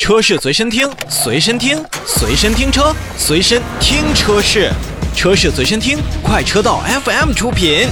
车市随身听，随身听，随身听车，随身听车市，车市随身听，快车道 FM 出品。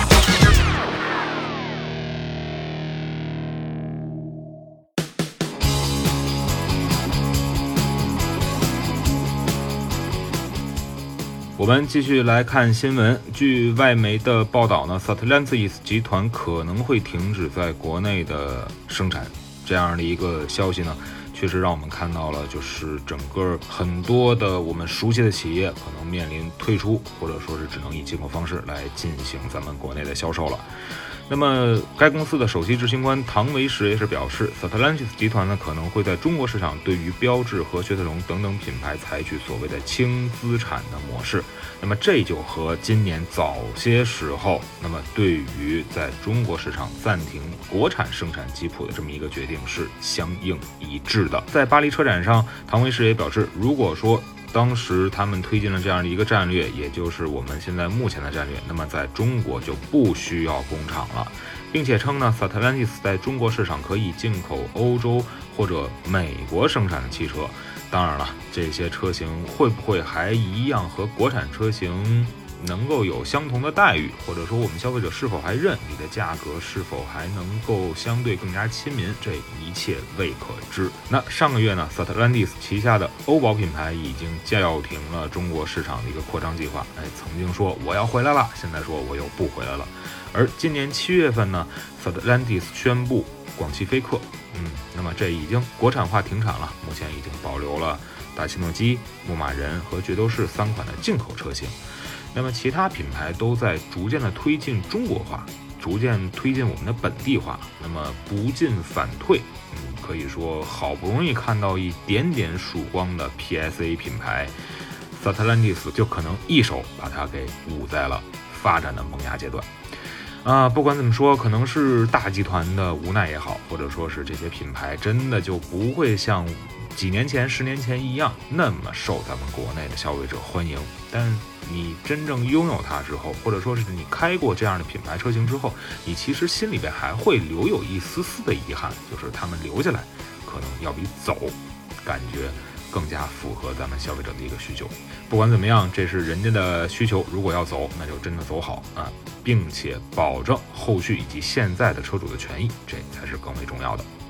我们继续来看新闻。据外媒的报道呢 ，Stellantis 集团可能会停止在国内的生产，这样的一个消息呢，确实让我们看到了，就是整个很多的我们熟悉的企业可能面临退出，或者说是只能以进口方式来进行咱们国内的销售了。那么该公司的首席执行官唐维时也是表示 ，Stellantis 集团呢可能会在中国市场对于标致和雪铁龙等等品牌采取所谓的轻资产的模式。那么这就和今年早些时候，那么对于在中国市场暂停国产生产吉普的这么一个决定是相应一致的。在巴黎车展上，唐维时也表示，如果说当时他们推进了这样的一个战略，也就是我们现在目前的战略，那么在中国就不需要工厂了，并且称呢 Stellantis 在中国市场可以进口欧洲或者美国生产的汽车。当然了，这些车型会不会还一样和国产车型能够有相同的待遇，或者说我们消费者是否还认，你的价格是否还能够相对更加亲民，这一切未可知。那上个月呢 Stellantis 旗下的欧宝品牌已经叫停了中国市场的一个扩张计划，曾经说我要回来了，现在说我又不回来了。而今年7月份呢 Stellantis 宣布广汽菲克那么这已经国产化停产了，目前已经保留了大切诺基、牧马人和决斗士3款的进口车型。那么其他品牌都在逐渐的推进中国化，逐渐推进我们的本地化，那么不进反退。可以说好不容易看到一点点曙光的 PSA 品牌 Stellantis 就可能一手把它给捂在了发展的萌芽阶段。不管怎么说，可能是大集团的无奈也好，或者说是这些品牌真的就不会像几年前、10年前一样那么受咱们国内的消费者欢迎。但你真正拥有它之后，或者说是你开过这样的品牌车型之后，你其实心里边还会留有一丝丝的遗憾，就是他们留下来可能要比走感觉更加符合咱们消费者的一个需求。不管怎么样，这是人家的需求，如果要走，那就真的走好并且保证后续以及现在的车主的权益，这才是更为重要的。